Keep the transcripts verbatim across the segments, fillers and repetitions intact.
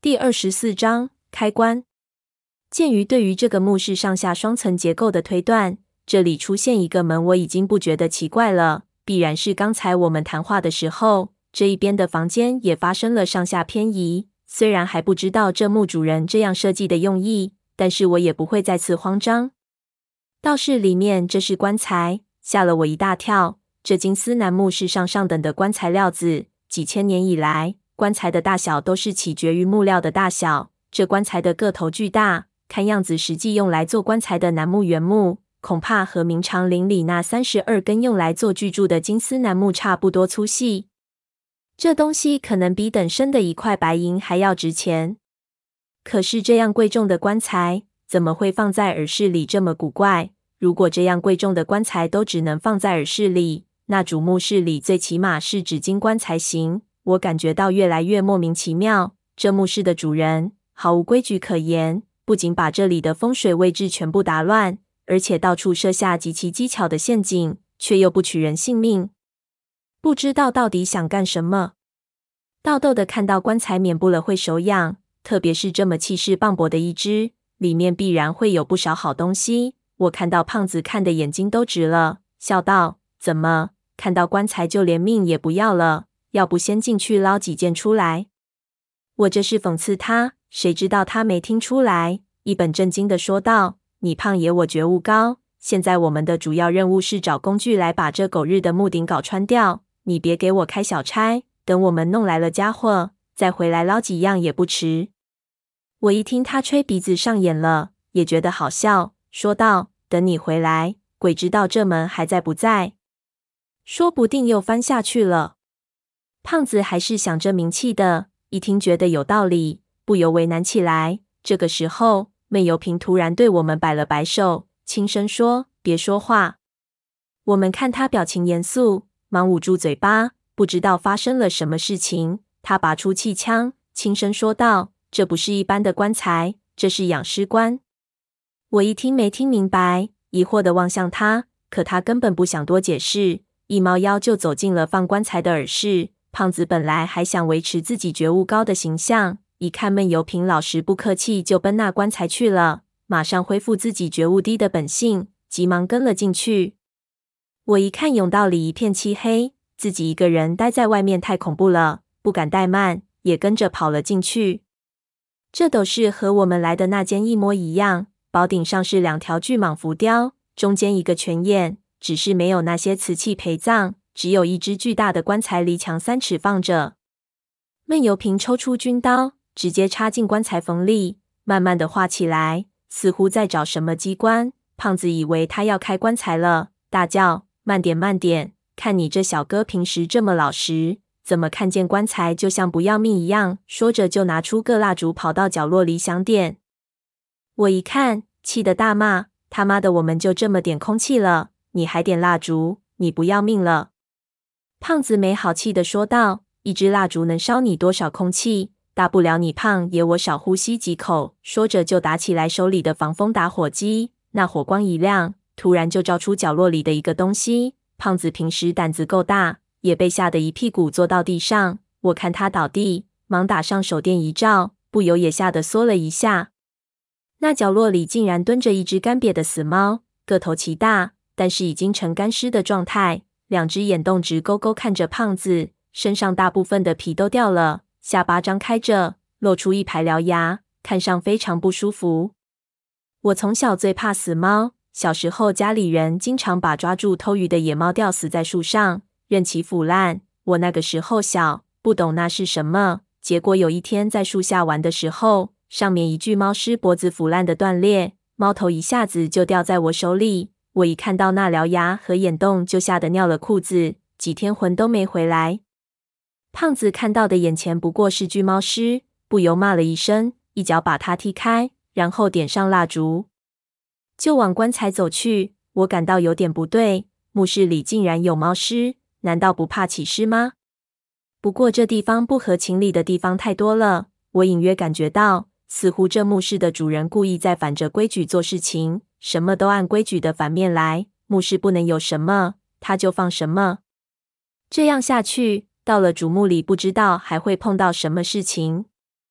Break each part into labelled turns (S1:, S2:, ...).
S1: 第二十四章开关。鉴于对于这个墓室上下双层结构的推断，这里出现一个门我已经不觉得奇怪了，必然是刚才我们谈话的时候，这一边的房间也发生了上下偏移。虽然还不知道这墓主人这样设计的用意，但是我也不会再次慌张。道士里面这是棺材，吓了我一大跳。这金丝楠木是上上等的棺材料子，几千年以来，棺材的大小都是起决于木料的大小。这棺材的个头巨大，看样子实际用来做棺材的楠木原木，恐怕和明长林里那三十二根用来做巨柱的金丝楠木差不多粗细。这东西可能比等身的一块白银还要值钱。可是这样贵重的棺材，怎么会放在耳室里这么古怪？如果这样贵重的棺材都只能放在耳室里，那主墓室里最起码是纸金棺才行。我感觉到越来越莫名其妙，这墓室的主人毫无规矩可言，不仅把这里的风水位置全部打乱，而且到处设下极其机巧的陷阱，却又不取人性命。不知道到底想干什么。道豆的看到棺材免不了会手痒，特别是这么气势磅礴的一只，里面必然会有不少好东西。我看到胖子看的眼睛都直了，笑道：怎么，看到棺材就连命也不要了？要不先进去捞几件出来？我这是讽刺他，谁知道他没听出来，一本正经地说道：你胖爷我觉悟高，现在我们的主要任务是找工具来把这狗日的木顶搞穿掉，你别给我开小差，等我们弄来了家伙，再回来捞几样也不迟。我一听他吹鼻子上眼了，也觉得好笑，说道：等你回来，鬼知道这门还在不在，说不定又翻下去了。胖子还是想着名气的，一听觉得有道理，不由为难起来。这个时候，闷油瓶突然对我们摆了摆手，轻声说：别说话。我们看他表情严肃，忙捂住嘴巴，不知道发生了什么事情。他拔出气枪，轻声说道：这不是一般的棺材，这是养尸棺。我一听没听明白，疑惑地望向他，可他根本不想多解释，一猫腰就走进了放棺材的耳室。胖子本来还想维持自己觉悟高的形象，一看闷油瓶老实不客气，就奔那棺材去了，马上恢复自己觉悟低的本性，急忙跟了进去。我一看甬道里一片漆黑，自己一个人待在外面太恐怖了，不敢怠慢，也跟着跑了进去。这斗室和我们来的那间一模一样，宝顶上是两条巨蟒浮雕，中间一个泉眼，只是没有那些瓷器陪葬，只有一只巨大的棺材离墙三尺放着。闷油瓶抽出军刀，直接插进棺材缝里，慢慢的画起来，似乎在找什么机关。胖子以为他要开棺材了，大叫：慢点慢点，看你这小哥平时这么老实，怎么看见棺材就像不要命一样？说着就拿出个蜡烛跑到角落里想点。我一看，气得大骂：他妈的，我们就这么点空气了，你还点蜡烛，你不要命了？胖子没好气地说道：一支蜡烛能烧你多少空气？大不了你胖爷我少呼吸几口。说着就打起来手里的防风打火机，那火光一亮，突然就照出角落里的一个东西。胖子平时胆子够大，也被吓得一屁股坐到地上。我看他倒地，忙打上手电一照，不由也吓得缩了一下。那角落里竟然蹲着一只干瘪的死猫，个头奇大，但是已经成干尸的状态。两只眼洞直勾勾看着胖子，身上大部分的皮都掉了，下巴张开着，露出一排獠牙，看上非常不舒服。我从小最怕死猫，小时候家里人经常把抓住偷鱼的野猫吊死在树上，任其腐烂。我那个时候小，不懂那是什么，结果有一天在树下玩的时候，上面一具猫尸脖子腐烂的断裂，猫头一下子就掉在我手里。我一看到那獠牙和眼洞，就吓得尿了裤子，几天魂都没回来。胖子看到的眼前不过是具猫尸，不由骂了一声，一脚把它踢开，然后点上蜡烛，就往棺材走去。我感到有点不对，墓室里竟然有猫尸，难道不怕起尸吗？不过这地方不合情理的地方太多了，我隐约感觉到，似乎这墓室的主人故意在反着规矩做事情，什么都按规矩的反面来，墓室不能有什么，他就放什么。这样下去，到了主墓里不知道还会碰到什么事情。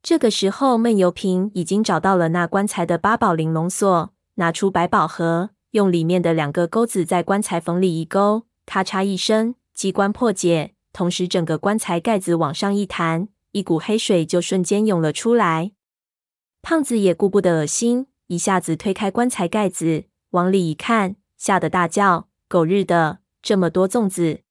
S1: 这个时候，闷油瓶已经找到了那棺材的八宝玲珑锁，拿出百宝盒，用里面的两个钩子在棺材缝里一勾，咔嚓一声，机关破解，同时整个棺材盖子往上一弹，一股黑水就瞬间涌了出来。胖子也顾不得恶心，一下子推开棺材盖子，往里一看，吓得大叫：“狗日的，这么多粽子！”